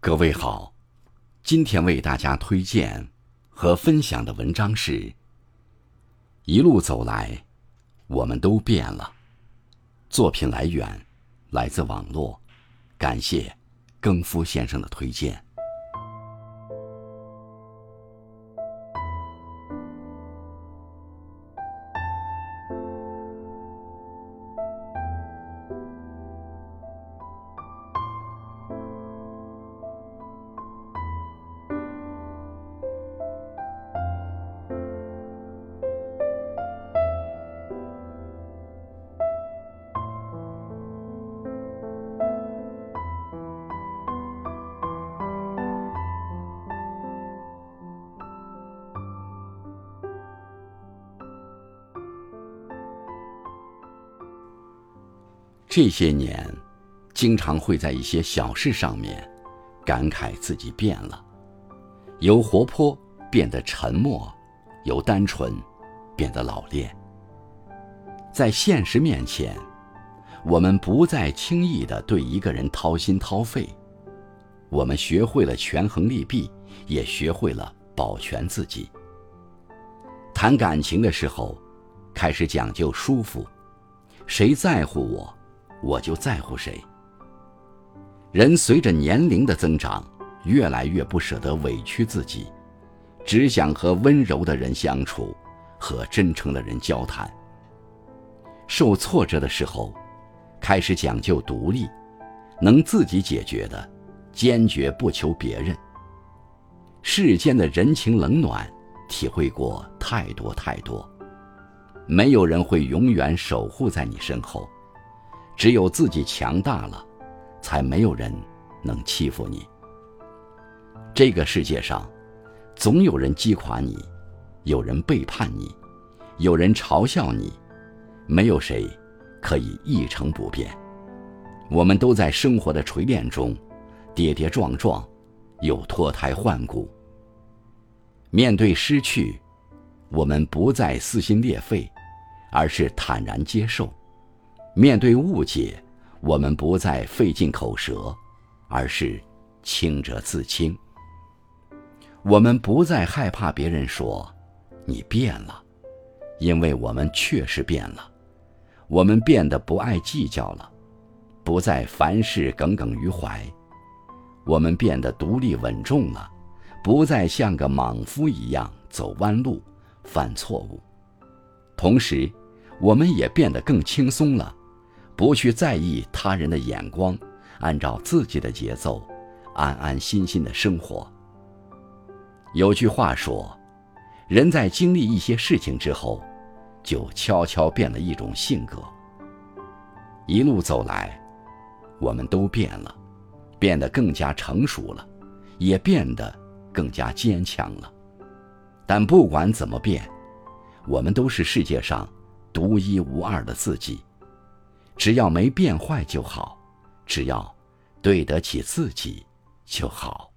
各位好，今天为大家推荐和分享的文章是一路走来，我们都变了。作品来源来自网络，感谢更夫先生的推荐。这些年，经常会在一些小事上面感慨自己变了，由活泼变得沉默，由单纯变得老练。在现实面前，我们不再轻易地对一个人掏心掏肺，我们学会了权衡利弊，也学会了保全自己。谈感情的时候，开始讲究舒服，谁在乎我，我就在乎谁。人随着年龄的增长，越来越不舍得委屈自己，只想和温柔的人相处，和真诚的人交谈。受挫折的时候，开始讲究独立，能自己解决的，坚决不求别人。世间的人情冷暖，体会过太多太多，没有人会永远守护在你身后，只有自己强大了，才没有人能欺负你。这个世界上，总有人击垮你，有人背叛你，有人嘲笑你，没有谁可以一成不变。我们都在生活的锤炼中跌跌撞撞，又脱胎换骨。面对失去，我们不再撕心裂肺，而是坦然接受。面对误解，我们不再费尽口舌，而是清者自清。我们不再害怕别人说你变了，因为我们确实变了。我们变得不爱计较了，不再凡事耿耿于怀。我们变得独立稳重了，不再像个莽夫一样走弯路，犯错误。同时，我们也变得更轻松了，不去在意他人的眼光，按照自己的节奏，安安心心的生活。有句话说，人在经历一些事情之后，就悄悄变了一种性格。一路走来，我们都变了，变得更加成熟了，也变得更加坚强了。但不管怎么变，我们都是世界上独一无二的自己。只要没变坏就好，只要对得起自己就好。